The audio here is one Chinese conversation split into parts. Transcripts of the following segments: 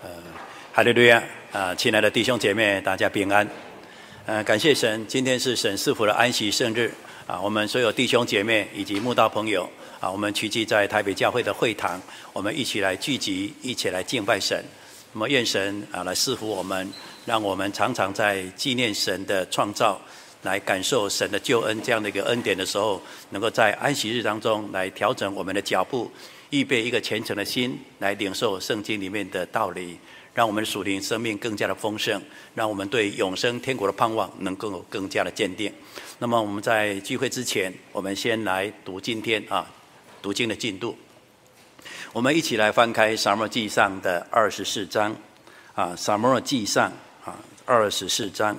哈利路亚亲爱的弟兄姐妹，大家平安。感谢神，今天是沈师傅的安息圣日我们所有弟兄姐妹以及慕道朋友我们聚集在台北教会的会堂，我们一起来聚集，一起来敬拜神。那么愿神来赐福我们，让我们常常在纪念神的创造，来感受神的救恩这样的一个恩典的时候，能够在安息日当中来调整我们的脚步，预备一个虔诚的心来领受圣经里面的道理，让我们的属灵生命更加的丰盛，让我们对永生天国的盼望能够更加的坚定。那么我们在聚会之前，我们先来读今天读经的进度。我们一起来翻开撒母耳记上的24章撒母耳记上24章。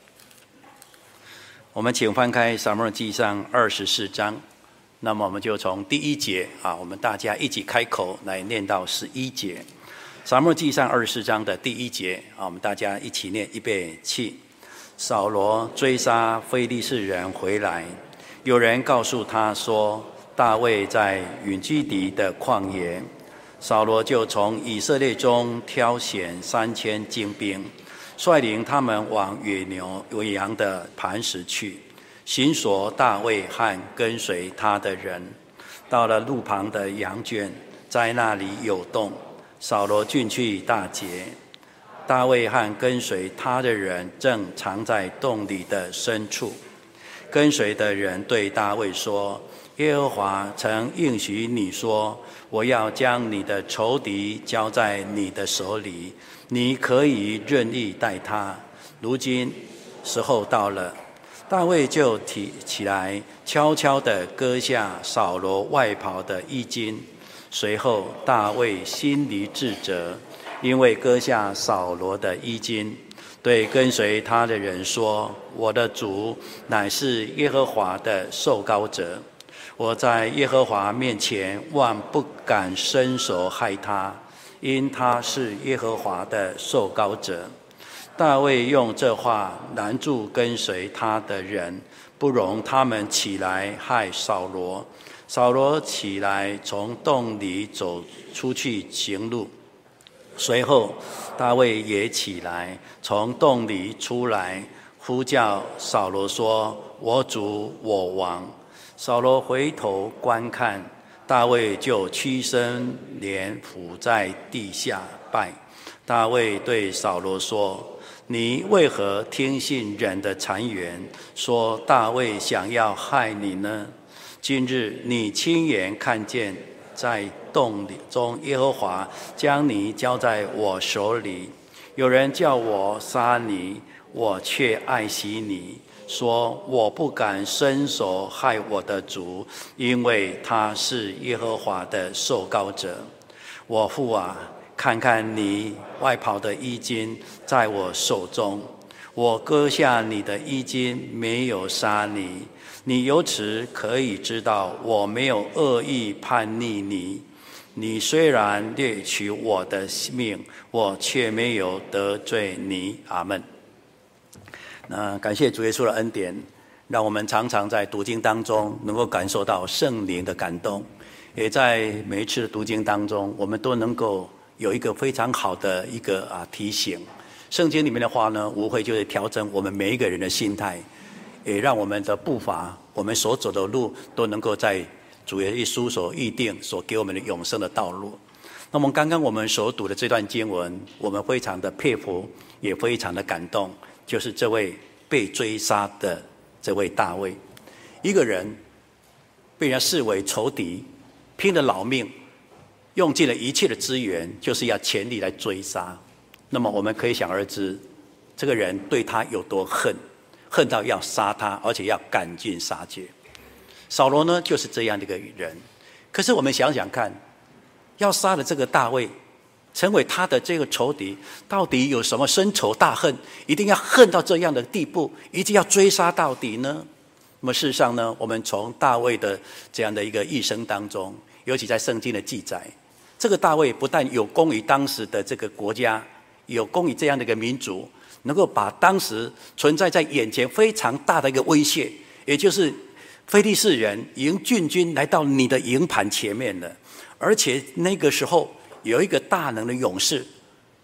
我们请翻开撒母耳记上24章，那么我们就从第1节我们大家一起开口来念到11节。撒母耳记上24章的第1节我们大家一起念，预备起。扫罗追杀非利士人回来，有人告诉他说，大卫在允基底的旷野。扫罗就从以色列中挑选3000精兵，率领他们往野牛野羊的磐石去，寻索大卫和跟随他的人。到了路旁的羊圈，在那里有洞，扫罗进去大劫。大卫和跟随他的人正藏在洞里的深处。跟随的人对大卫说，耶和华曾应许你说，我要将你的仇敌交在你的手里，你可以任意待他。如今时候到了。大卫就起来，悄悄地割下扫罗外袍的衣襟。随后大卫心里自责，因为割下扫罗的衣襟，对跟随他的人说，我的主乃是耶和华的受膏者，我在耶和华面前万不敢伸手害他，因他是耶和华的受膏者。大卫用这话拦住跟随他的人，不容他们起来害扫罗。扫罗起来，从洞里走出去行路。随后大卫也起来，从洞里出来，呼叫扫罗说，我主我王。扫罗回头观看，大卫就屈身脸伏在地下拜。大卫对扫罗说，你为何听信人的谗言，说大卫想要害你呢？今日你亲眼看见在洞里中耶和华将你交在我手里，有人叫我杀你，我却爱惜你，说我不敢伸手害我的主，因为他是耶和华的受膏者。我父看看你外袍的衣襟在我手中，我割下你的衣襟，没有杀你。你由此可以知道，我没有恶意叛逆你。你虽然掠取我的命，我却没有得罪你。阿们。感谢主耶稣的恩典，让我们常常在读经当中能够感受到圣灵的感动，也在每一次的读经当中，我们都能够有一个非常好的一个提醒。圣经里面的话呢，无非就是调整我们每一个人的心态，也让我们的步伐，我们所走的路都能够在主耶稣所预定所给我们的永生的道路。那么刚刚我们所读的这段经文，我们非常的佩服，也非常的感动，就是这位被追杀的这位大卫，一个人被人家视为仇敌，拼了老命，用尽了一切的资源，就是要全力来追杀。那么我们可以想而知，这个人对他有多恨，恨到要杀他，而且要赶尽杀绝。扫罗呢，就是这样的一个人。可是我们想想看，要杀了这个大卫，成为他的这个仇敌，到底有什么深仇大恨，一定要恨到这样的地步，一定要追杀到底呢？那么事实上呢，我们从大卫的这样的一个一生当中，尤其在圣经的记载，这个大卫不但有功于当时的这个国家，有功于这样的一个民族，能够把当时存在在眼前非常大的一个威胁，也就是非利士人迎进军来到你的营盘前面了，而且那个时候有一个大能的勇士，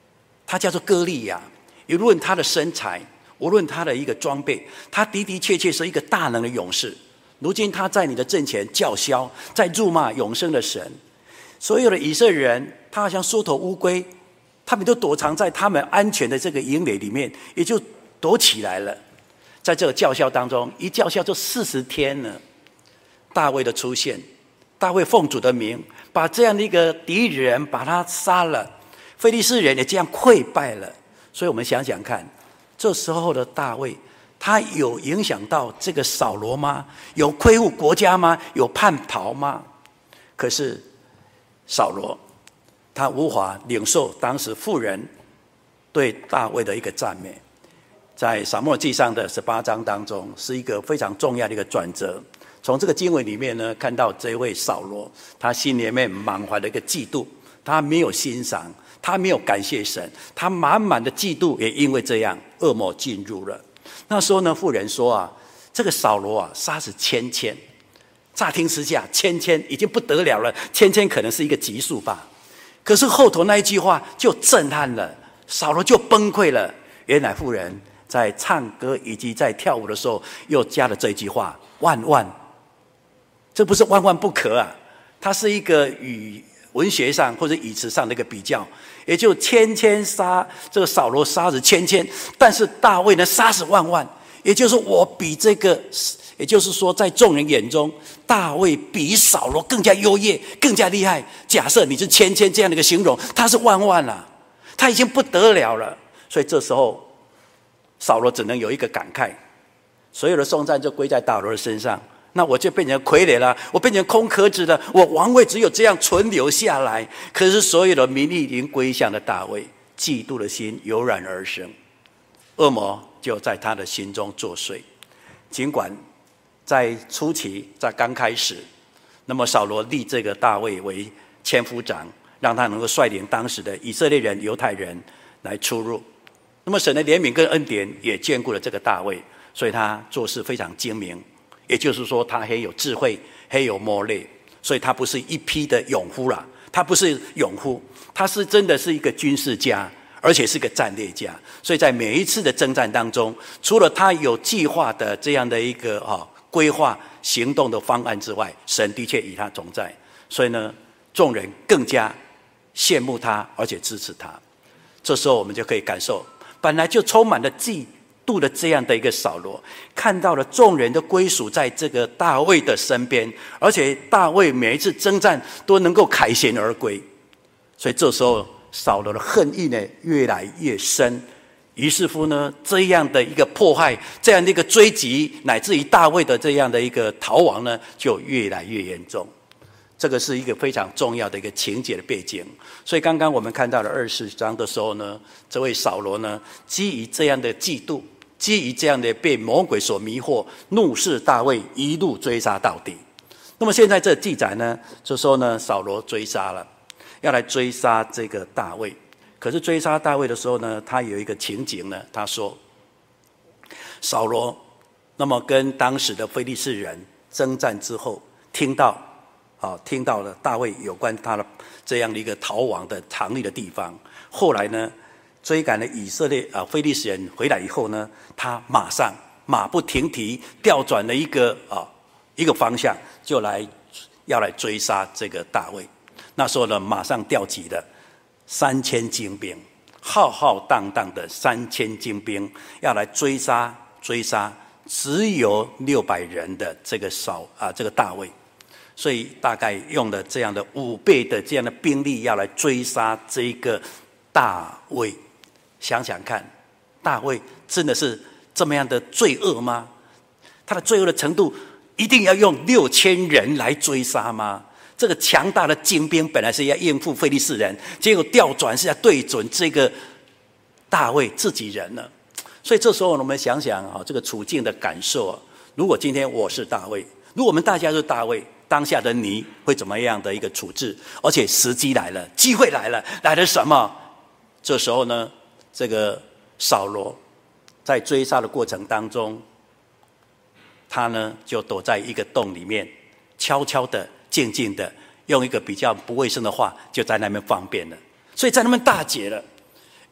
他叫做歌利亚。无论他的身材，无论他的一个装备，他的的确确是一个大能的勇士。如今他在你的阵前叫嚣，在辱骂永生的神。所有的以色列人，他好像缩头乌龟，他们都躲藏在他们安全的这个营垒里面，也就躲起来了。在这个叫嚣当中，一叫嚣就40天了。大卫的出现，大卫奉主的名，把这样的一个敌人把他杀了，非利士人也这样溃败了。所以我们想想看，这时候的大卫，他有影响到这个扫罗吗？有亏负国家吗？有叛逃吗？可是扫罗他无法领受当时妇人对大卫的一个赞美。在撒母耳记上的18章当中，是一个非常重要的一个转折。从这个经文里面呢，看到这位扫罗，他心里面满怀的一个嫉妒，他没有欣赏，他没有感谢神，他满满的嫉妒，也因为这样，恶魔进入了。那时候呢，妇人说啊，这个扫罗啊，杀死千千。乍听之下，千千已经不得了了，千千可能是一个级数吧。可是后头那一句话就震撼了，扫罗就崩溃了。原来妇人在唱歌以及在跳舞的时候，又加了这句话：万万。这不是万万不可啊，它是一个语文学上或者语词上的一个比较，也就千千杀这个扫罗杀死千千，但是大卫呢杀死万万，也就是我比这个，也就是说在众人眼中，大卫比扫罗更加优越，更加厉害。假设你是千千这样的一个形容，他是万万了，他已经不得了了。所以这时候扫罗只能有一个感慨，所有的颂赞就归在大罗的身上。那我就变成傀儡了，我变成空壳子了，我王位只有这样存留下来。可是所有的民意已经归向了大卫，嫉妒的心油然而生，恶魔就在他的心中作祟。尽管在初期，在刚开始，那么扫罗立这个大卫为千夫长，让他能够率领当时的以色列人、犹太人来出入。那么神的怜悯跟恩典也眷顾了这个大卫，所以他做事非常精明。也就是说，他很有智慧，很有谋略，所以他不是一批的勇夫啦，他不是勇夫，他是真的是一个军事家，而且是个战略家。所以在每一次的征战当中，除了他有计划的这样的一个规划行动的方案之外，神的确与他同在。所以呢，众人更加羡慕他，而且支持他。这时候我们就可以感受，本来就充满了嫉妒的这样的一个扫罗，看到了众人的归属在这个大卫的身边，而且大卫每一次征战都能够凯旋而归。所以这时候扫罗的恨意呢越来越深，于是乎呢，这样的一个迫害，这样的一个追击，乃至于大卫的这样的一个逃亡呢，就越来越严重。这个是一个非常重要的一个情节的背景。所以刚刚我们看到了24章的时候呢，这位扫罗呢，基于这样的嫉妒，基于这样的被魔鬼所迷惑，怒视大卫，一路追杀到底。那么现在这记载呢，就说呢，扫罗追杀了，要来追杀这个大卫。可是追杀大卫的时候呢，他有一个情景呢，他说扫罗那么跟当时的非利士人征战之后，听到了大卫有关他的这样的一个逃亡的藏匿的地方。后来呢，追赶了以色列非利士人回来以后呢，他马上马不停蹄调转了一个方向，就要来追杀这个大卫。那时候呢，马上调集了3000精兵，浩浩荡荡的3000精兵要来追杀只有600人的这个大卫。所以大概用了这样的5倍的这样的兵力要来追杀这个大卫。想想看，大卫真的是这么样的罪恶吗？他的罪恶的程度一定要用6000人来追杀吗？这个强大的精兵本来是要应付非利士人，结果调转是要对准这个大卫自己人了。所以这时候我们想想这个处境的感受，如果今天我是大卫，如果我们大家是大卫，当下的你会怎么样的一个处置？而且时机来了，机会来了，来了什么？这时候呢，这个扫罗在追杀的过程当中，他呢就躲在一个洞里面，悄悄的静静的用一个比较不卫生的话就在那边方便了。所以在那边大解了，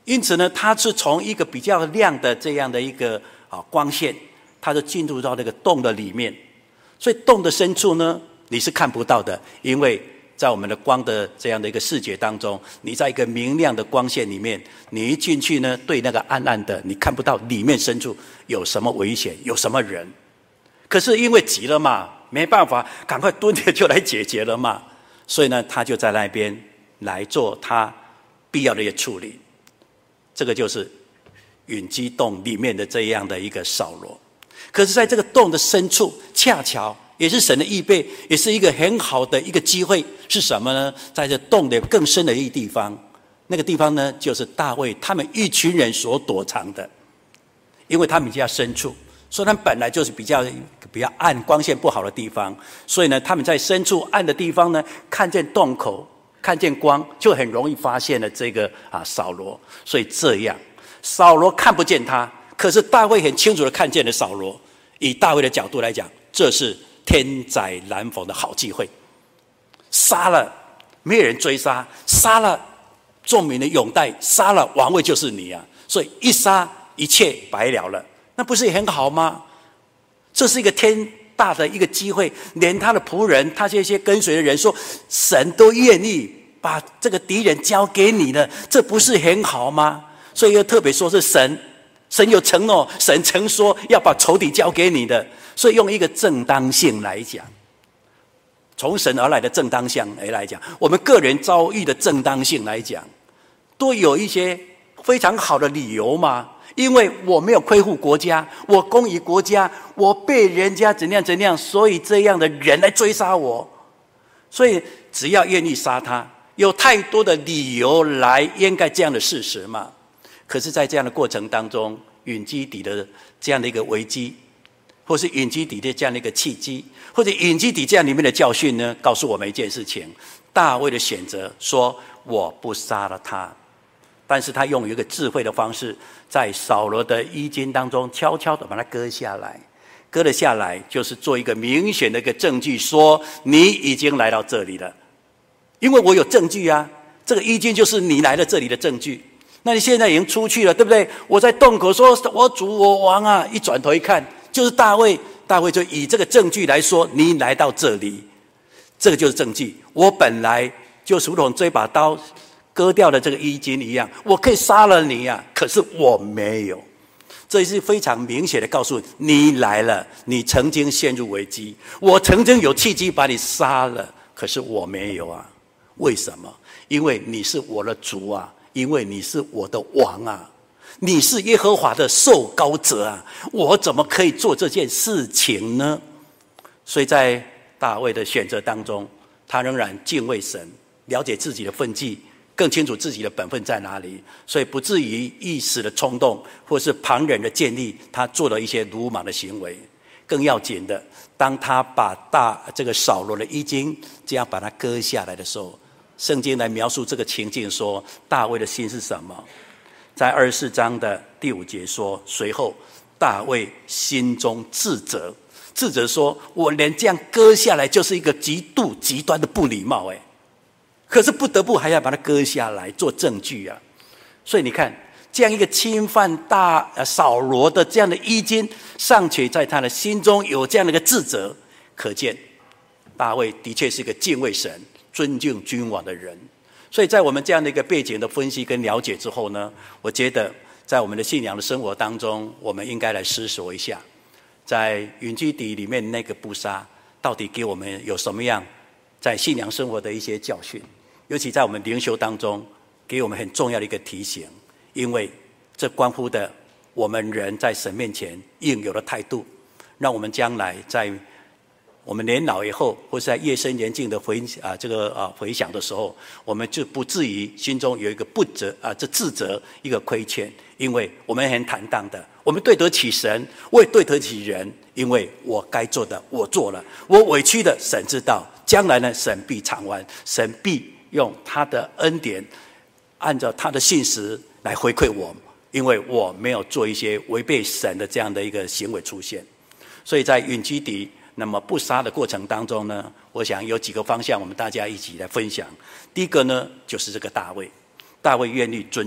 因此呢，他是从一个比较亮的这样的一个光线，他就进入到那个洞的里面。所以洞的深处呢，你是看不到的，因为在我们的光的这样的一个视觉当中，你在一个明亮的光线里面，你一进去呢，对那个暗暗的，你看不到里面深处有什么危险，有什么人。可是因为急了嘛，没办法，赶快蹲着就来解决了嘛，所以呢，他就在那边来做他必要的一些处理。这个就是允基洞里面的这样的一个扫罗。可是在这个洞的深处，恰巧也是神的预备，也是一个很好的一个机会。是什么呢？在这洞的更深的一个地方，那个地方呢，就是大卫他们一群人所躲藏的。因为他们比较深处，所以他们本来就是比较暗、光线不好的地方，所以呢，他们在深处暗的地方呢，看见洞口，看见光，就很容易发现了这个扫罗。所以这样，扫罗看不见他，可是大卫很清楚的看见了扫罗。以大卫的角度来讲，这是天载难逢的好机会。杀了，没有人追杀；杀了，众民的拥戴；杀了，王位就是你啊！所以一杀，一切白了了，那不是也很好吗？这是一个天大的一个机会，连他的仆人，他这些跟随的人说，神都愿意把这个敌人交给你了，这不是很好吗？所以又特别说是神有承诺，神曾说要把仇敌交给你的，所以用一个正当性来讲，从神而来的正当性来讲，我们个人遭遇的正当性来讲，都有一些非常好的理由嘛。因为我没有亏负国家，我公于国家，我被人家怎样，所以这样的人来追杀我，所以只要愿意杀他，有太多的理由来掩盖这样的事实嘛。可是在这样的过程当中，允基底的这样的一个危机，或是允基底的这样的一个契机，或者允基底这样里面的教训呢，告诉我们一件事情：大卫的选择说我不杀了他，但是他用一个智慧的方式，在扫罗的衣襟当中悄悄的把它割下来，割了下来，就是做一个明显的一个证据，说你已经来到这里了，因为我有证据啊，这个衣襟就是你来了这里的证据。那你现在已经出去了，对不对？我在洞口说我主我王啊，一转头一看就是大卫，大卫就以这个证据来说你来到这里，这个就是证据。我本来就如同这把刀割掉了这个衣襟一样，我可以杀了你啊，可是我没有。这是非常明显的告诉你来了，你曾经陷入危机，我曾经有契机把你杀了，可是我没有啊。为什么？因为你是我的主啊，因为你是我的王啊，你是耶和华的受膏者啊，我怎么可以做这件事情呢？所以在大卫的选择当中，他仍然敬畏神，了解自己的分际，更清楚自己的本分在哪里，所以不至于一时的冲动或是旁人的建议，他做了一些鲁莽的行为。更要紧的，当他把这个扫罗的衣襟这样把它割下来的时候，圣经来描述这个情境说大卫的心是什么。在24章的第5节说，随后大卫心中自责说，我连这样割下来就是一个极度极端的不礼貌，可是不得不还要把它割下来做证据啊。所以你看，这样一个侵犯扫罗的这样的衣襟，尚且在他的心中有这样的一个自责，可见大卫的确是一个敬畏神、尊敬君王的人。所以在我们这样的一个背景的分析跟了解之后呢，我觉得在我们的信仰的生活当中，我们应该来思索一下，在允基底里面那个布杀到底给我们有什么样在信仰生活的一些教训，尤其在我们灵修当中给我们很重要的一个提醒，因为这关乎的我们人在神面前应有的态度，让我们将来在我们年老以后，或是在夜深人静的回想的时候，我们就不至于心中有一个自责一个亏欠，因为我们很坦荡的，我们对得起神，我也对得起人，因为我该做的我做了，我委屈的神知道，将来呢神必偿还，神必用他的恩典，按照他的信实来回馈我，因为我没有做一些违背神的这样的一个行为出现。所以在允基底那么不杀的过程当中呢，我想有几个方向我们大家一起来分享。第一个呢，就是这个大卫愿意尊重，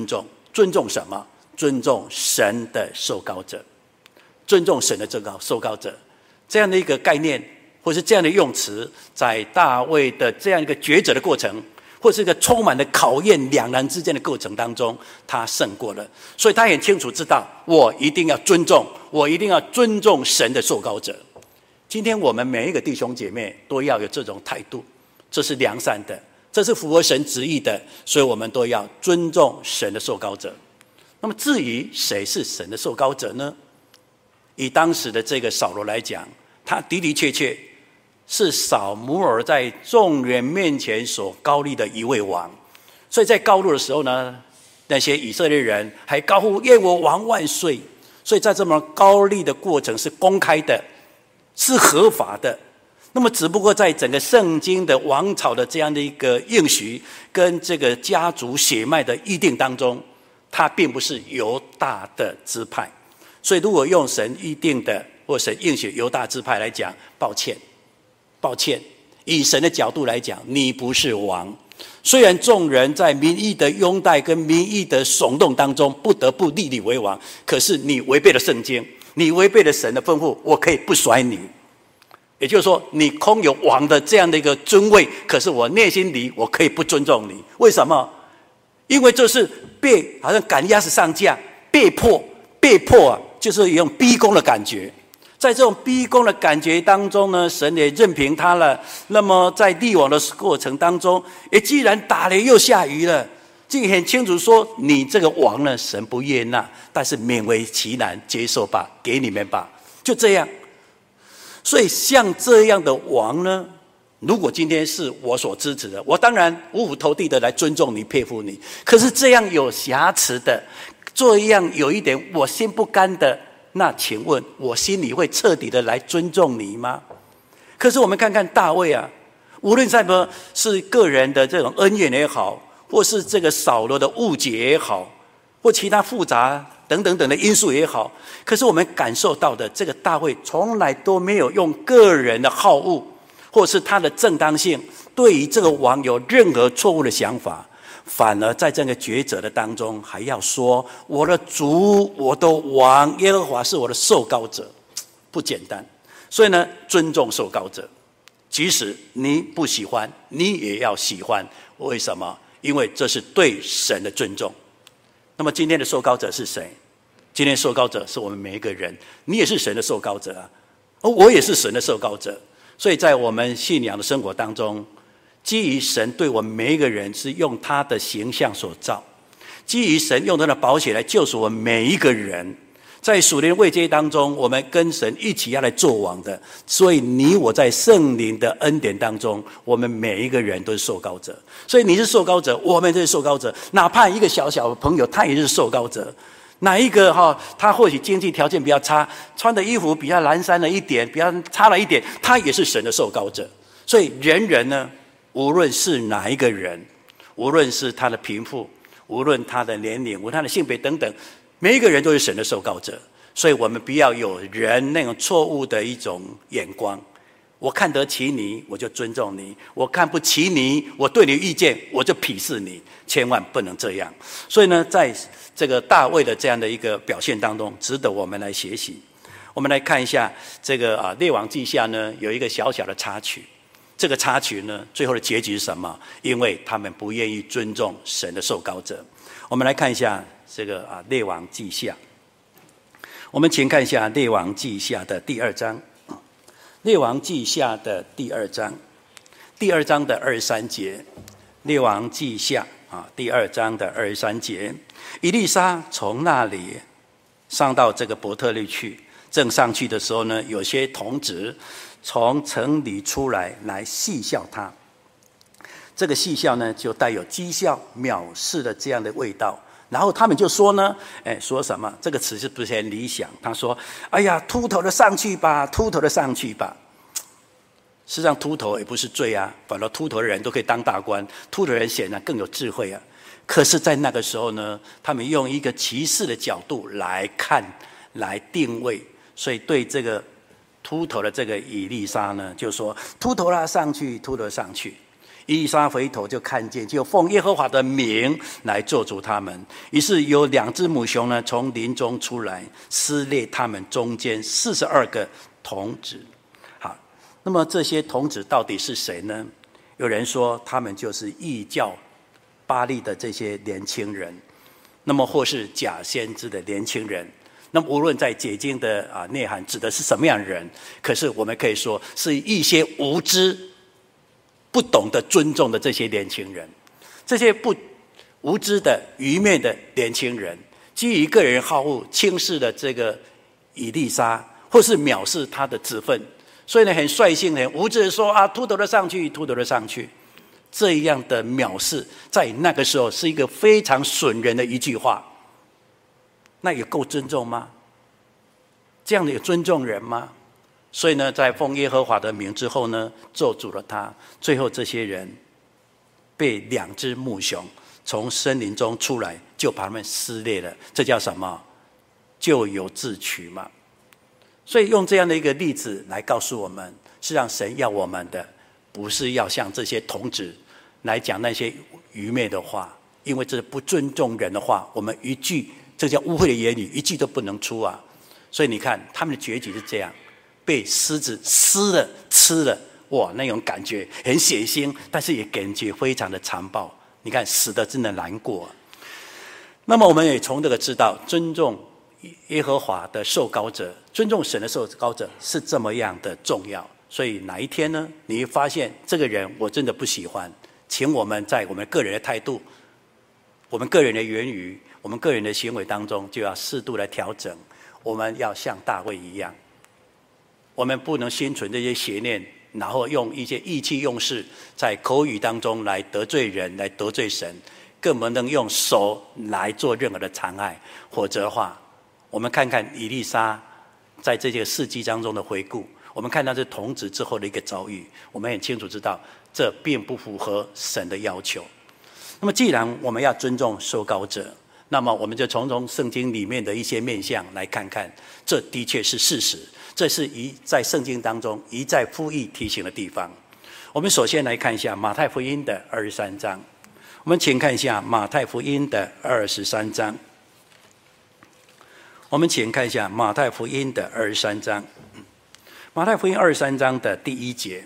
尊重什么？尊重神的受膏者，尊重神的这个受膏者，这样的一个概念，或是这样的用词，在大卫的这样一个抉择的过程，或是一个充满了考验两难之间的过程当中，他胜过了。所以他很清楚知道，我一定要尊重神的受膏者。今天我们每一个弟兄姐妹都要有这种态度，这是良善的，这是符合神旨意的，所以我们都要尊重神的受膏者。那么至于谁是神的受膏者呢？以当时的这个扫罗来讲，他的的确确是扫母耳在众人面前所膏立的一位王。所以在膏立的时候呢，那些以色列人还高呼愿我王万岁。所以在这么膏立的过程是公开的，是合法的。那么只不过在整个圣经的王朝的这样的一个应许跟这个家族血脉的议定当中，他并不是犹大的支派。所以如果用神预定的或神应许犹大支派来讲，抱歉，以神的角度来讲，你不是王。虽然众人在民意的拥戴跟民意的耸动当中不得不立你为王，可是你违背了圣经，你违背了神的吩咐，我可以不甩你。也就是说，你空有王的这样的一个尊位，可是我内心里我可以不尊重你。为什么？因为这是好像赶鸭子上架，被迫就是用逼宫的感觉。在这种逼宫的感觉当中呢，神也任凭他了。那么在立王的过程当中，既然打雷又下雨了，就很清楚说，你这个王呢，神不悦纳，但是勉为其难接受吧，给你们吧，就这样。所以像这样的王呢，如果今天是我所支持的，我当然五体投地的来尊重你、佩服你。可是这样有瑕疵的，这样有一点我心不甘的，那请问我心里会彻底的来尊重你吗？可是我们看看大卫啊，无论在是个人的这种恩怨也好，或是这个扫罗的误解也好，或其他复杂等等的因素也好，可是我们感受到的，这个大卫从来都没有用个人的好恶或是他的正当性对于这个王有任何错误的想法，反而在这个抉择的当中还要说，我的主，我的王耶和华是我的受膏者，不简单。所以呢，尊重受膏者，即使你不喜欢，你也要喜欢。为什么？因为这是对神的尊重。那么今天的受膏者是谁？今天受膏者是我们每一个人，你也是神的受膏者啊，我也是神的受膏者。所以在我们信仰的生活当中，基于神对我们每一个人是用他的形象所造，基于神用他的宝血来救赎我们每一个人，在属灵位阶当中，我们跟神一起要来做王的。所以你我在圣灵的恩典当中，我们每一个人都是受膏者。所以你是受膏者，我们都是受膏者。哪怕一个小小的朋友，他也是受膏者。哪一个他或许经济条件比较差，穿的衣服比较褴褛了一点，比较差了一点，他也是神的受膏者。所以人呢，无论是哪一个人，无论是他的贫富，无论他的年龄，无论他的性别等等，每一个人都是神的受膏者。所以我们不要有人那种错误的一种眼光，我看得起你，我就尊重你；我看不起你，我对你意见，我就鄙视你。千万不能这样。所以呢，在这个大卫的这样的一个表现当中，值得我们来学习。我们来看一下这个列王记下呢，有一个小小的插曲。这个插曲呢，最后的结局是什么？因为他们不愿意尊重神的受膏者。我们来看一下这个列王记下。我们请看一下列王记下的第2章。列王记下的第2章，第2章的23节。列王记下第2章的23节，以利沙从那里上到这个伯特利去，正上去的时候呢，有些童子从城里出来戏笑他。这个戏笑呢，就带有讥笑、藐视的这样的味道。然后他们就说呢，说什么？这个词是不是很理想？他说：“哎呀，秃头的上去吧，秃头的上去吧。”事实上，秃头也不是罪啊，反而秃头的人都可以当大官，秃头的人显然更有智慧啊。可是，在那个时候呢，他们用一个歧视的角度来看、来定位，所以对这个秃头的这个以利沙呢，就说：“秃头啦，上去，秃头上去。” 以利沙回头就看见，就奉耶和华的名来咒诅他们。于是有2只母熊呢，从林中出来，撕裂他们中间42个童子。好，那么这些童子到底是谁呢？有人说他们就是异教巴力的这些年轻人，那么或是假先知的年轻人。那么无论在解经的内涵指的是什么样的人，可是我们可以说是一些无知、不懂得尊重的这些年轻人。这些无知的愚昧的年轻人，基于个人好恶，轻视了这个以利沙，或是藐视他的职分，所以呢，很率性很无知的说秃头的上去，秃头的上去。这样的藐视在那个时候是一个非常损人的一句话。那也够尊重吗？这样的有尊重人吗？所以呢，在奉耶和华的名之后呢，咒诅了他。最后这些人被2只母熊从森林中出来，就把他们撕裂了。这叫什么？咎由自取嘛。所以用这样的一个例子来告诉我们，是让神要我们的，不是要像这些童子来讲那些愚昧的话，因为这是不尊重人的话，我们一句，这叫污秽的言语，一句都不能出啊。所以你看他们的结局是这样，被狮子撕了吃了，哇，那种感觉很血腥，但是也感觉非常的残暴。你看死的真的难过啊。那么我们也从这个知道，尊重耶和华的受膏者，尊重神的受膏者是这么样的重要。所以哪一天呢，你会发现这个人我真的不喜欢，请我们在我们个人的态度，我们个人的言语，我们个人的行为当中，就要适度来调整。我们要像大卫一样，我们不能心存这些邪念，然后用一些意气用事，在口语当中来得罪人，来得罪神，更不能用手来做任何的残害。否则的话，我们看看以利沙在这些事迹当中的回顾，我们看到这童子之后的一个遭遇，我们很清楚知道，这并不符合神的要求。那么既然我们要尊重受膏者，那么我们就从圣经里面的一些面向来看看，这的确是事实，这是在圣经当中一再复议提醒的地方。我们首先来看一下马太福音的23章，我们请看一下马太福音的23章，我们请看一下马太福音的23章，马太福音23章的第1节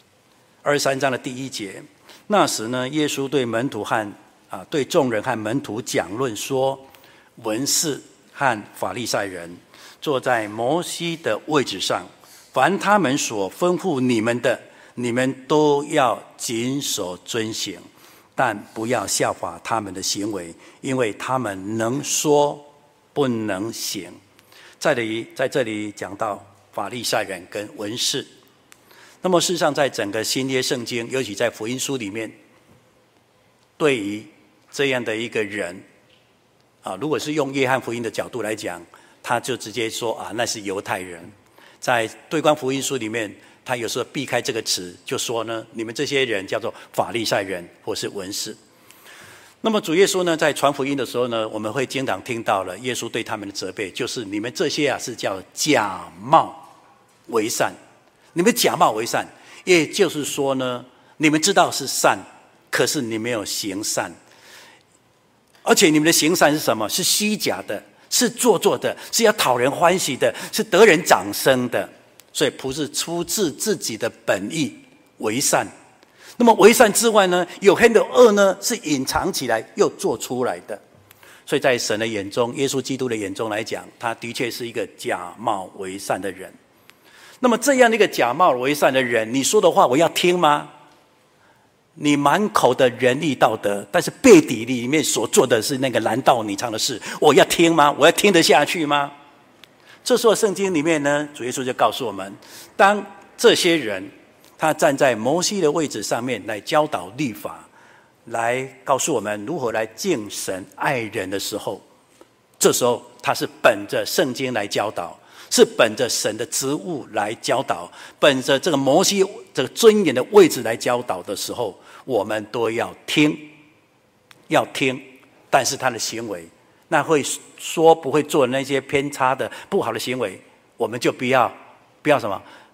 ，23章的第1节，那时呢，耶稣对门徒对众人和门徒讲论说，文士和法利赛人坐在摩西的位置上，凡他们所吩咐你们的，你们都要谨守遵行，但不要效法他们的行为，因为他们能说不能行。在这里讲到法利赛人跟文士。那么事实上在整个新约圣经，尤其在福音书里面，对于这样的一个人如果是用约翰福音的角度来讲，他就直接说那是犹太人。在对观福音书里面，他有时候避开这个词，就说呢，你们这些人叫做法利赛人或是文士。那么主耶稣呢，在传福音的时候呢，我们会经常听到了耶稣对他们的责备，就是你们这些是叫假冒为善，你们假冒为善，也就是说呢，你们知道是善，可是你没有行善，而且你们的行善是什么？是虚假的，是做作的，是要讨人欢喜的，是得人掌声的，所以不是出自自己的本意为善。那么为善之外呢，有很多恶呢，是隐藏起来又做出来的。所以在神的眼中，耶稣基督的眼中来讲，他的确是一个假冒为善的人。那么这样的一个假冒为善的人，你说的话我要听吗？你满口的仁义道德，但是背地里面所做的是那个拦道逆常的事，我要听吗？我要听得下去吗？这时候圣经里面呢，主耶稣就告诉我们，当这些人他站在摩西的位置上面来教导律法，来告诉我们如何来敬神爱人的时候，这时候他是本着圣经来教导，是本着神的职务来教导，本着这个摩西这个尊严的位置来教导的时候，我们都要听，但是他的行为，那会说不会做那些偏差的不好的行为，我们就不要什么，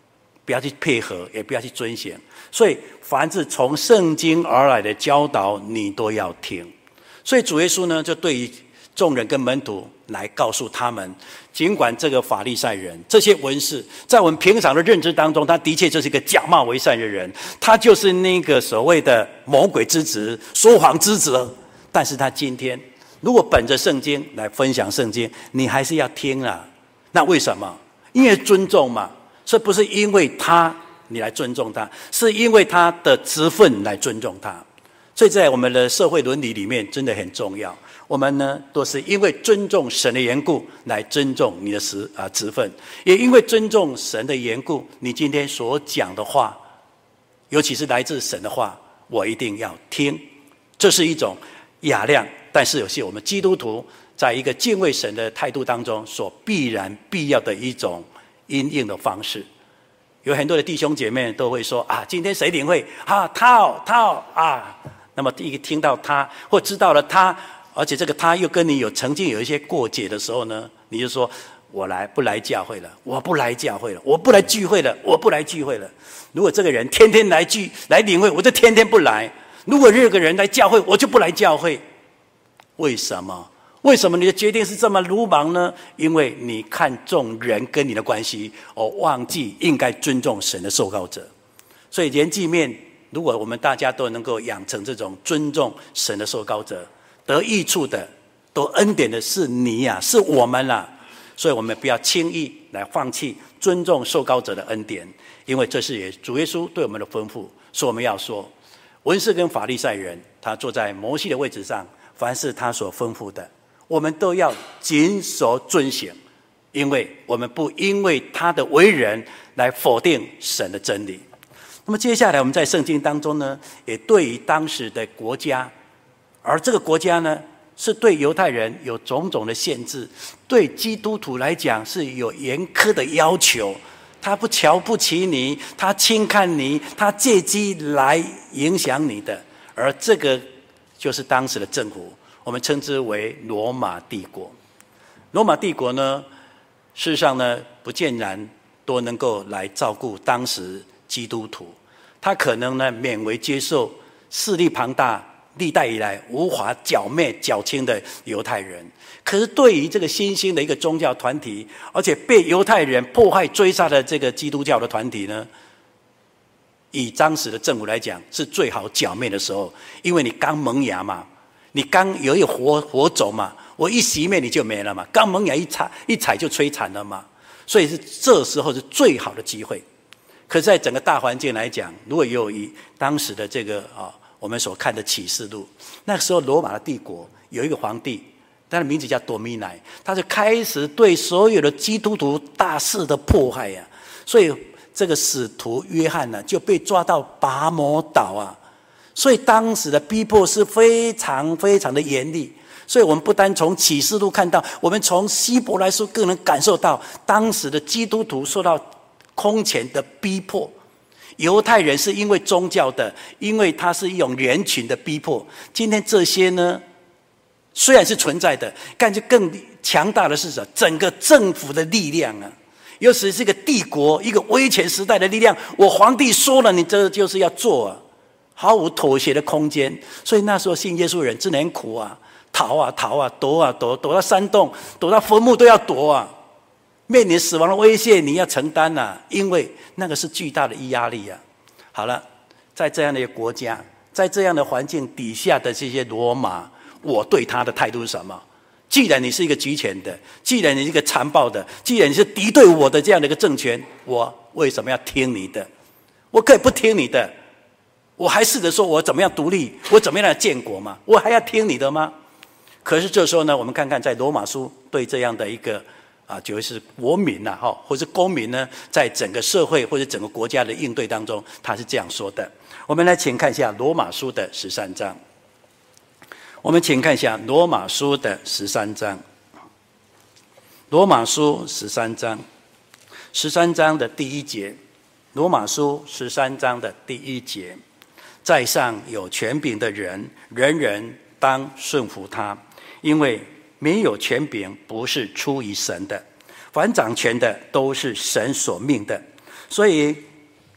不要去配合，也不要去遵行。所以凡是从圣经而来的教导，你都要听。所以主耶稣呢，就对于众人跟门徒来告诉他们，尽管这个法利赛人这些文士在我们平常的认知当中，他的确就是一个假冒为善的人，他就是那个所谓的魔鬼之子、说谎之子。但是他今天如果本着圣经来分享圣经，你还是要听啊。那为什么？因为尊重嘛。这不是因为他你来尊重他，是因为他的职分来尊重他。所以在我们的社会伦理里面真的很重要，我们呢都是因为尊重神的缘故来尊重你的职分，也因为尊重神的缘故，你今天所讲的话，尤其是来自神的话，我一定要听。这是一种雅量，但是有些我们基督徒在一个敬畏神的态度当中所必然必要的一种因应的方式。有很多的弟兄姐妹都会说啊，今天谁领会啊，他啊，那么一听到他或知道了他，而且这个他又跟你曾经有一些过节的时候呢，你就说我不来教会了，我不来教会了，我不来聚会了，我不来聚会了。如果这个人天天来领会，我就天天不来。如果这个人来教会，我就不来教会。为什么？为什么你的决定是这么鲁莽呢？因为你看重人跟你的关系，忘记应该尊重神的受膏者。所以人际面，如果我们大家都能够养成这种尊重神的受膏者，得益处的、得恩典的是你啊，是我们啊。所以我们不要轻易来放弃尊重受膏者的恩典，因为这是主耶稣对我们的吩咐，所以我们要说，文士跟法利赛人，他坐在摩西的位置上，凡是他所吩咐的，我们都要谨守遵行，因为我们不因为他的为人来否定神的真理。那么接下来我们在圣经当中呢，也对于当时的国家，而这个国家呢，是对犹太人有种种的限制，对基督徒来讲是有严苛的要求。他不瞧不起你，他轻看你，他借机来影响你的。而这个就是当时的政府，我们称之为罗马帝国。罗马帝国呢，事实上呢，不尽然都能够来照顾当时基督徒，他可能呢勉为接受势力庞大、历代以来无法剿灭剿清的犹太人。可是对于这个新兴的一个宗教团体，而且被犹太人迫害追杀的这个基督教的团体呢，以当时的政府来讲，是最好剿灭的时候，因为你刚萌芽嘛，你刚有一个火种嘛，我一熄灭你就没了嘛，刚萌芽一踩就摧残了嘛，所以是这时候是最好的机会。可是在整个大环境来讲，如果有以当时的这个我们所看的启示录，那个时候罗马的帝国有一个皇帝，他的名字叫多米乃，他就开始对所有的基督徒大肆的迫害呀，所以这个使徒约翰呢就被抓到拔摩岛啊，所以当时的逼迫是非常非常的严厉。所以我们不单从启示录看到，我们从希伯来书更能感受到当时的基督徒受到空前的逼迫。犹太人是因为宗教的，因为它是一种人群的逼迫。今天这些呢，虽然是存在的，但是更强大的是什么？整个政府的力量啊，尤其是一个帝国、一个威权时代的力量。我皇帝说了，你这就是要做啊，毫无妥协的空间。所以那时候信耶稣的人真的很苦啊，逃啊逃啊，躲啊躲，躲到山洞，躲到坟墓都要躲啊。面临死亡的威胁，你要承担啊，因为那个是巨大的压力啊。好了，在这样的一个国家，在这样的环境底下的这些罗马，我对他的态度是什么？既然你是一个集权的，既然你是一个残暴的，既然你是敌对我的这样的一个政权，我为什么要听你的？我可以不听你的，我还试着说我怎么样独立，我怎么样来建国吗？我还要听你的吗？可是这时候呢，我们看看在罗马书对这样的一个就是国民或是公民呢，在整个社会或者整个国家的应对当中，他是这样说的。我们来请看一下罗马书的13章。我们请看一下罗马书的13章。罗马书13章，13章的第1节。罗马书13章的第1节，在上有权柄的人，人人当顺服他，因为没有权柄不是出于神的，凡掌权的都是神所命的。所以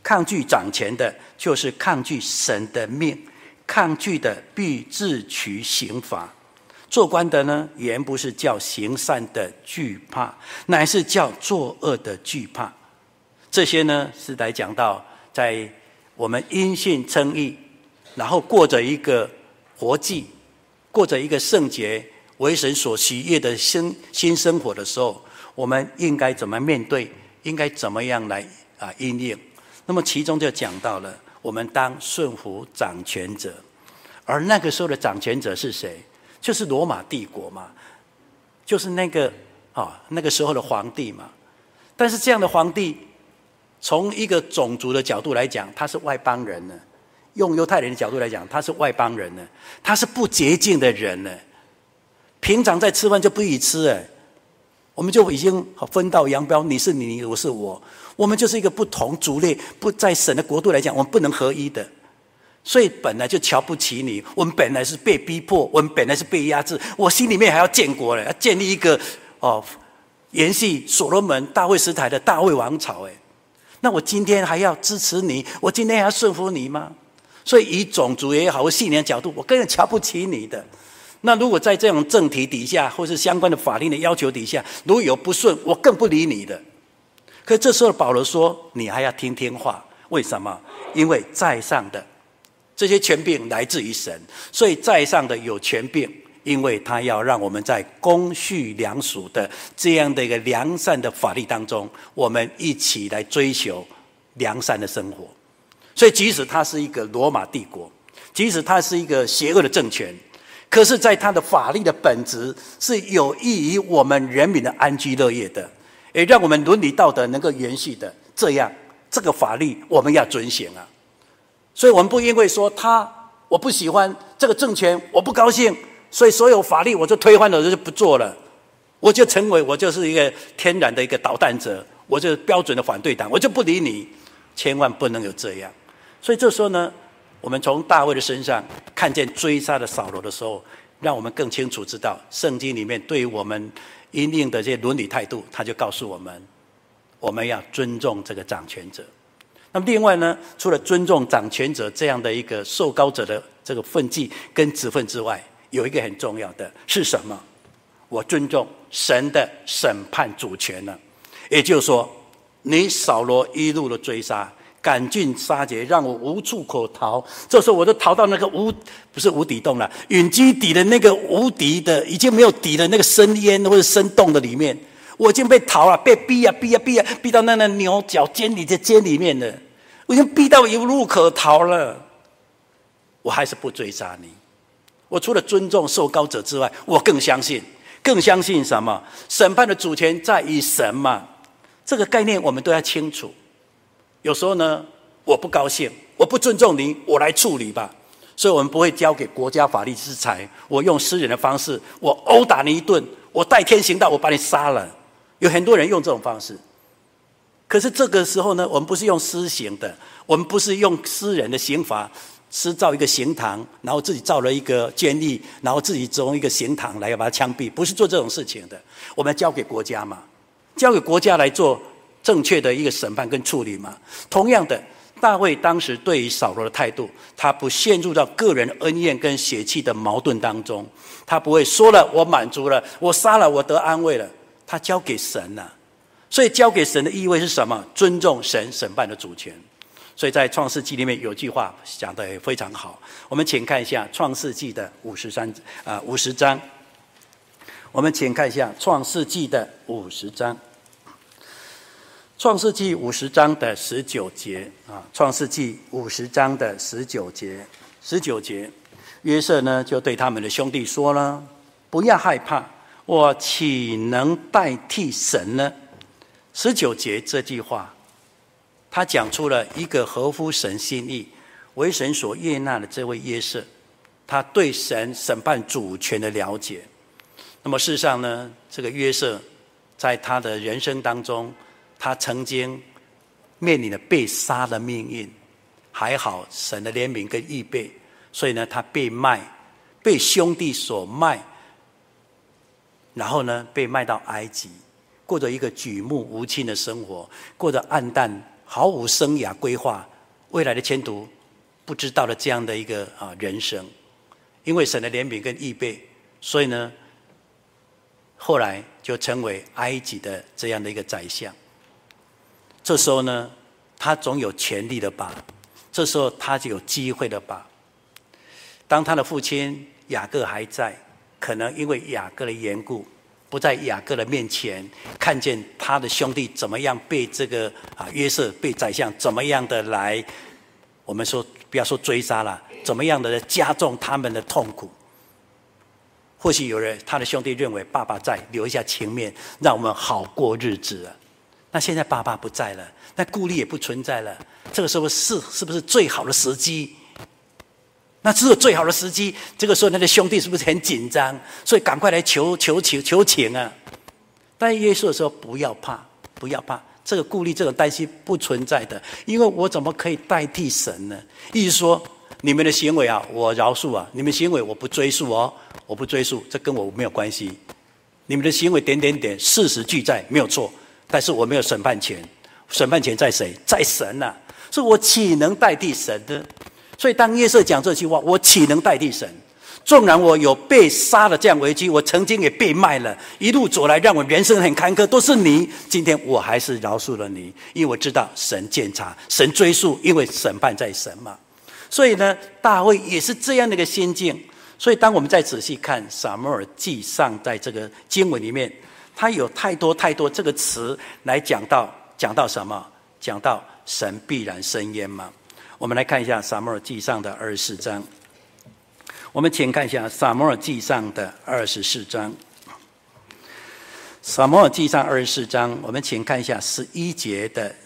抗拒掌权的，就是抗拒神的命，抗拒的必自取刑罚。做官的呢，原不是叫行善的惧怕，乃是叫作恶的惧怕。这些呢，是来讲到在我们因信称义，然后过着一个活祭，过着一个圣洁为神所喜悦的新生活的时候，我们应该怎么面对，应该怎么样来因应。那么其中就讲到了，我们当顺服掌权者。而那个时候的掌权者是谁？就是罗马帝国嘛，就是那个时候的皇帝嘛。但是这样的皇帝，从一个种族的角度来讲，他是外邦人呢；用犹太人的角度来讲，他是外邦人呢，他是不洁净的人呢。平常在吃饭就不许吃我们就已经分道扬镳，你是你，我是我，我们就是一个不同族类，不在神的国度来讲，我们不能合一的。所以本来就瞧不起你，我们本来是被逼迫，我们本来是被压制，我心里面还要建国要建立一个延续所罗门大卫时代的大卫王朝那我今天还要支持你，我今天还要顺服你吗？所以以种族也好，或信仰角度，我根本瞧不起你的。那如果在这种政体底下，或是相关的法令的要求底下，如果有不顺，我更不理你的。可这时候保罗说，你还要听听话，为什么？因为在上的这些权柄来自于神，所以在上的有权柄，因为他要让我们在公序良俗的这样的一个良善的法律当中，我们一起来追求良善的生活。所以即使他是一个罗马帝国，即使他是一个邪恶的政权，可是在他的法律的本质是有益于我们人民的安居乐业的，也让我们伦理道德能够延续的。这样这个法律我们要遵行所以我们不因为说我不喜欢这个政权，我不高兴，所以所有法律我就推翻了，我就不做了，我就是一个天然的一个捣蛋者，我就是标准的反对党，我就不理你。千万不能有这样。所以这时候呢，我们从大卫的身上看见追杀的扫罗的时候，让我们更清楚知道圣经里面对于我们因应的这些伦理态度，他就告诉我们，我们要尊重这个掌权者。那么另外呢，除了尊重掌权者这样的一个受膏者的这个分际跟职分之外，有一个很重要的是什么？我尊重神的审判主权呢。也就是说，你扫罗一路的追杀，赶尽杀绝，让我无处可逃。这时候我就逃到那个不是无底洞了，陨基底的那个无敌的，已经没有底的那个深渊或者深洞的里面，我已经被逃了，被逼到那牛角尖里面了。我已经逼到无路可逃了，我还是不追杀你。我除了尊重受膏者之外，我更相信什么？审判的主权在于神嘛。这个概念我们都要清楚。有时候呢，我不高兴，我不尊重你，我来处理吧。所以我们不会交给国家法律制裁，我用私人的方式，我殴打你一顿，我代天行道，我把你杀了。有很多人用这种方式。可是这个时候呢，我们不是用私刑的，我们不是用私人的刑罚私造一个刑堂，然后自己造了一个监狱，然后自己用一个刑堂来把它枪毙，不是做这种事情的。我们交给国家嘛，交给国家来做正确的一个审判跟处理嘛。同样的，大卫当时对于扫罗的态度，他不陷入到个人恩怨跟血气的矛盾当中，他不会说了我满足了，我杀了我得安慰了，他交给神了。所以交给神的意味是什么？尊重神审判的主权。所以在创世纪里面有句话讲得也非常好，我们请看一下创世纪的50章。我们请看一下创世纪的50章。创世纪50章的19节创世纪50章的19节，约瑟呢就对他们的兄弟说了，不要害怕，我岂能代替神呢？19节这句话，他讲出了一个合乎神心意、为神所悦纳的这位约瑟，他对神审判主权的了解。那么事实上呢，这个约瑟在他的人生当中，他曾经面临了被杀的命运，还好神的怜悯跟预备，所以呢，他被卖，被兄弟所卖，然后呢，被卖到埃及。过着一个举目无亲的生活，过着暗淡毫无生涯规划、未来的前途不知道的这样的一个人生。因为神的怜悯跟预备，所以呢，后来就成为埃及的这样的一个宰相。这时候呢，他总有权利的把，这时候他就有机会的把。当他的父亲雅各还在，可能因为雅各的缘故，不在雅各的面前看见他的兄弟怎么样被这个约瑟被宰相怎么样的来，我们说不要说追杀了，怎么样的加重他们的痛苦。或许有人他的兄弟认为爸爸在，留一下情面，让我们好过日子了。那现在爸爸不在了，那顾虑也不存在了，这个时候是不是最好的时机？那只有最好的时机，这个时候那个兄弟是不是很紧张？所以赶快来求情啊！但耶稣说不要怕，不要怕，这个顾虑、这个担心不存在的，因为我怎么可以代替神呢？意思说，你们的行为我饶恕你们行为我不追溯我不追溯，这跟我没有关系。你们的行为事实俱在，没有错，但是我没有审判权，审判权在谁？在神啊！所以我岂能代替神呢？所以当约瑟讲这句话，我岂能代替神？纵然我有被杀的这样危机，我曾经也被卖了，一路走来让我人生很坎坷，都是你。今天我还是饶恕了你，因为我知道神鉴察，神追溯，因为审判在神嘛。所以呢，大卫也是这样的一个心境。所以当我们再仔细看撒母耳记上，在这个经文里面，它有太多这个词来讲到什么？讲到神必然伸冤嘛。我们来看一下撒母耳记上的24章。我们请看一下撒母耳记上的24章。撒母耳记上24章，我们请看一下11节的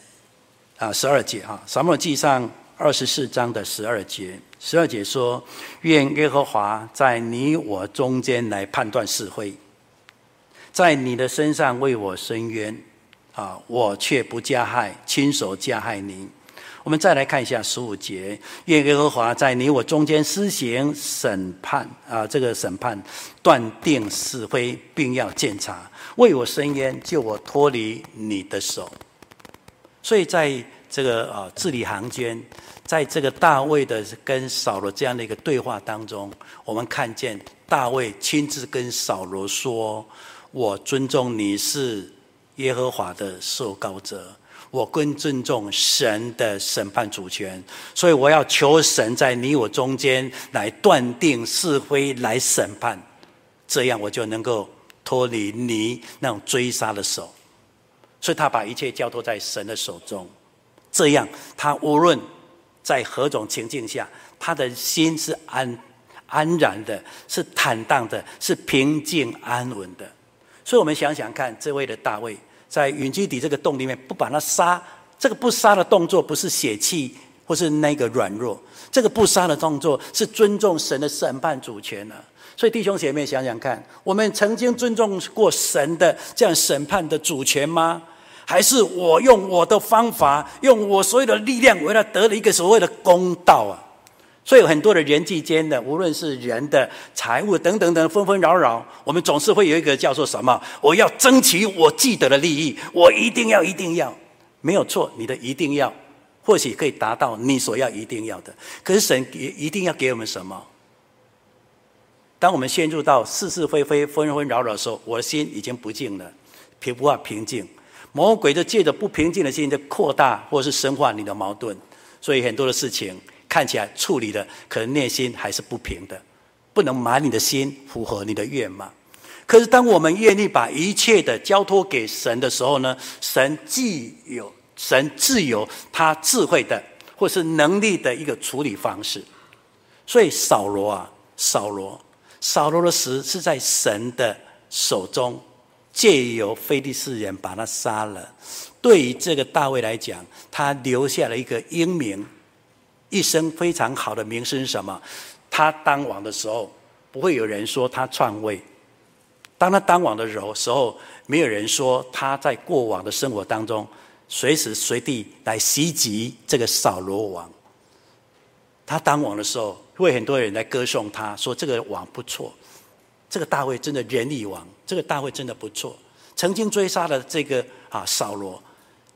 12节撒母耳记上24章的12节。12节说：愿耶和华在你我中间来判断是非，在你的身上为我伸冤我却不加害，亲手加害你。我们再来看一下15节，愿耶和华在你我中间施行审判这个审判，断定是非，并要鉴察，为我伸冤，救我脱离你的手。所以在这个字里行间，在这个大卫的跟扫罗这样的一个对话当中，我们看见大卫亲自跟扫罗说：我尊重你是耶和华的受膏者，我更尊重神的审判主权，所以我要求神在你我中间来断定是非，来审判，这样我就能够脱离你那种追杀的手。所以他把一切交托在神的手中，这样他无论在何种情境下，他的心是安然的，是坦荡的，是平静安稳的。所以我们想想看，这位的大卫在云基底这个洞里面不把他杀，这个不杀的动作不是血气或是那个软弱，这个不杀的动作是尊重神的审判主权所以弟兄姐妹想想看，我们曾经尊重过神的这样审判的主权吗？还是我用我的方法，用我所有的力量，为了得了一个所谓的公道所以有很多的人际间的，无论是人的财务等等等纷纷扰扰，我们总是会有一个叫做什么？我要争取我既得的利益，我一定要，没有错，你的一定要，或许可以达到你所要一定要的。可是神一定要给我们什么？当我们陷入到是是非非、纷纷扰扰的时候，我的心已经不静了，无法平静。魔鬼就借着不平静的心，就扩大或是深化你的矛盾，所以很多的事情看起来处理的，可能内心还是不平的，不能满你的心，符合你的愿嘛。可是当我们愿意把一切的交托给神的时候呢，神自有他智慧的或是能力的一个处理方式。所以扫罗的死是在神的手中，借由非利士人把他杀了。对于这个大卫来讲，他留下了一个英名，一生非常好的名声是什么？他当王的时候，不会有人说他篡位。当他当王的时候，没有人说他在过往的生活当中随时随地来袭击这个扫罗王。他当王的时候，会很多人来歌颂他，说这个王不错，这个大卫真的仁义王，这个大卫真的不错。曾经追杀了这个扫罗，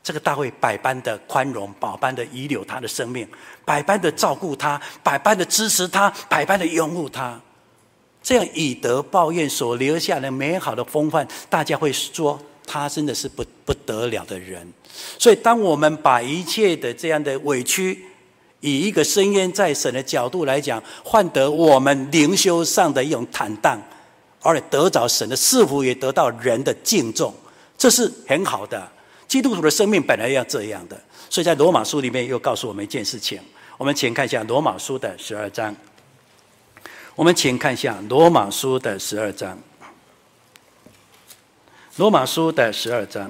这个大卫百般的宽容，百般的遗留他的生命，百般的照顾他，百般的支持他，百般的拥护他。这样以德报怨所留下的美好的风范，大家会说他真的是不得了的人。所以当我们把一切的这样的委屈，以一个深渊在神的角度来讲，换得我们灵修上的一种坦荡，而且得着神的赐福，也得到人的敬重，这是很好的。基督徒的生命本来要这样的。所以在罗马书里面又告诉我们一件事情，我们请看一下罗马书的12章。我们请看一下罗马书的12章。罗马书的12章。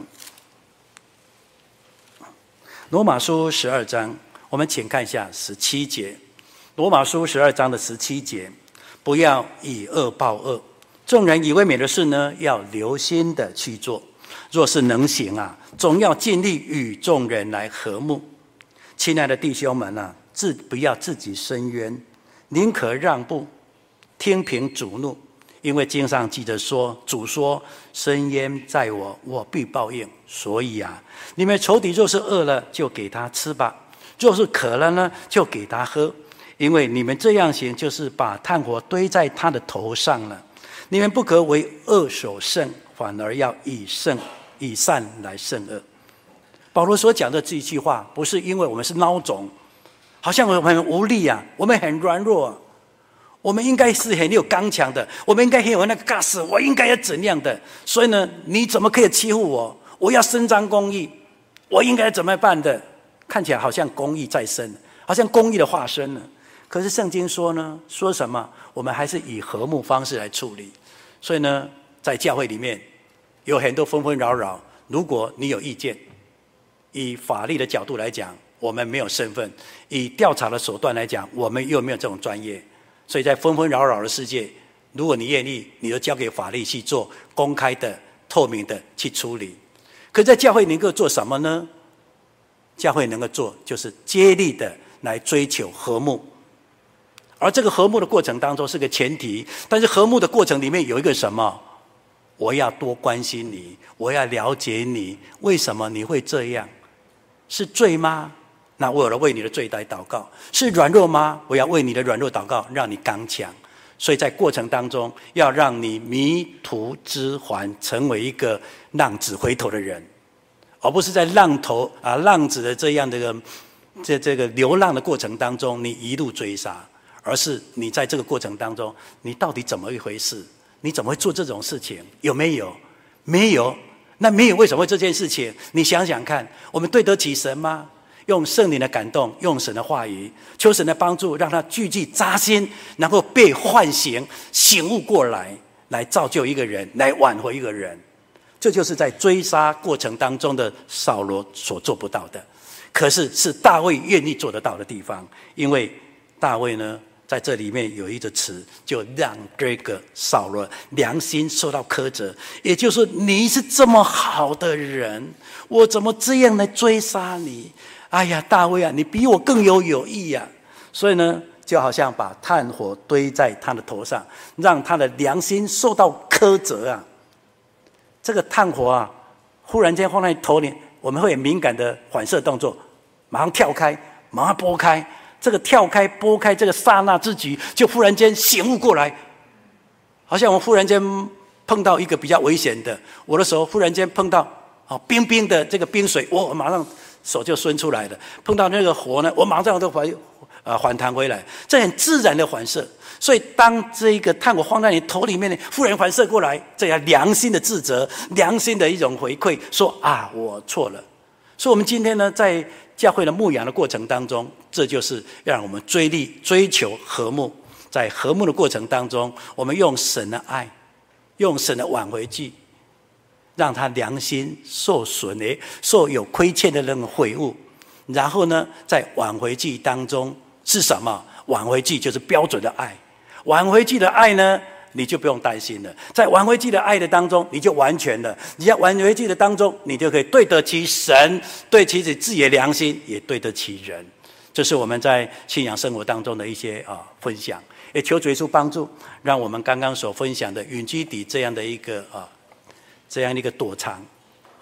罗马书12章，我们请看一下17节。罗马书12章的17节，不要以恶报恶，众人以为美的事呢，要留心的去做。若是能行啊，总要尽力与众人来和睦。亲爱的弟兄们啊，不要自己伸冤，宁可让步，听凭主怒。因为经上记着说，主说：伸冤在我，我必报应。所以啊，你们仇敌若是饿了，就给他吃吧；若是渴了呢，就给他喝。因为你们这样行，就是把炭火堆在他的头上了。你们不可为恶所胜，反而要以善来胜恶。保罗所讲的这一句话，不是因为我们是孬种，好像我们很无力啊，我们很软弱啊，我们应该是很有刚强的，我们应该很有那个 guts， 我应该要怎样的？所以呢，你怎么可以欺负我？我要伸张公义，我应该怎么办的？看起来好像公义在身，好像公义的化身呢。可是圣经说呢，说什么？我们还是以和睦方式来处理。所以呢，在教会里面有很多纷纷扰扰，如果你有意见，以法律的角度来讲，我们没有身份；以调查的手段来讲，我们又没有这种专业。所以在纷纷扰扰的世界，如果你愿意，你就交给法律去做公开的、透明的去处理。可是在教会能够做什么呢？教会能够做就是接力的来追求和睦，而这个和睦的过程当中是个前提。但是和睦的过程里面有一个什么？我要多关心你，我要了解你，为什么你会这样？是罪吗？那我有了为你的罪来祷告。是软弱吗？我要为你的软弱祷告，让你刚强。所以在过程当中，要让你迷途知返，成为一个浪子回头的人，而不是在浪子的这样的这个流浪的过程当中，你一路追杀，而是你在这个过程当中，你到底怎么一回事？你怎么会做这种事情？有没有？没有。那没有为什么会这件事情？你想想看，我们对得起神吗？用圣灵的感动，用神的话语，求神的帮助，让他句句扎心，能够被唤醒，醒悟过来，来造就一个人，来挽回一个人。这就是在追杀过程当中的扫罗所做不到的，可是是大卫愿意做得到的地方。因为大卫呢，在这里面有一个词，就让这个扫罗良心受到苛责，也就是说，你是这么好的人，我怎么这样来追杀你？哎呀，大卫啊，你比我更有义啊！所以呢，就好像把炭火堆在他的头上，让他的良心受到苛责啊。这个炭火啊，忽然间放在头里，我们会有敏感的反射动作，马上跳开，马上拨开。这个跳开、拨开这个刹那之举，就忽然间醒悟过来，好像我忽然间碰到一个比较危险的，我的手忽然间碰到冰冰的这个冰水，我马上手就伸出来了。碰到那个火呢，我马上都反弹回来，这很自然的反射。所以当这个炭火放在你头里面呢，忽然反射过来，这叫良心的自责，良心的一种回馈，说啊，我错了。所以我们今天呢，在教会的牧养的过程当中，这就是让我们追求和睦。在和睦的过程当中，我们用神的爱，用神的挽回祭，让他良心受损受有亏欠的那种悔悟。然后呢，在挽回祭当中是什么？挽回祭就是标准的爱。挽回祭的爱呢，你就不用担心了。在挽回祭的爱的当中，你就完全了。你在挽回祭的当中，你就可以对得起神，对得起自己的良心，也对得起人。这是我们在信仰生活当中的一些分享。也求主耶稣帮助，让我们刚刚所分享的允基底这样的一个躲藏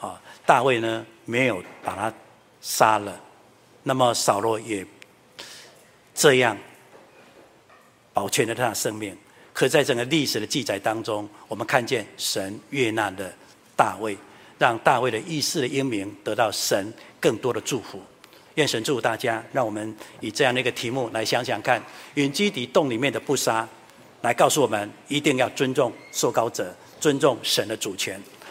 啊，大卫呢没有把他杀了，那么扫罗也这样保全了他的生命。可在整个历史的记载当中，我们看见神悦纳了大卫，让大卫的一世的英名得到神更多的祝福。愿神祝福大家，让我们以这样的一个题目来想想看，隐基底洞里面的不杀，来告诉我们一定要尊重受膏者，尊重神的主权。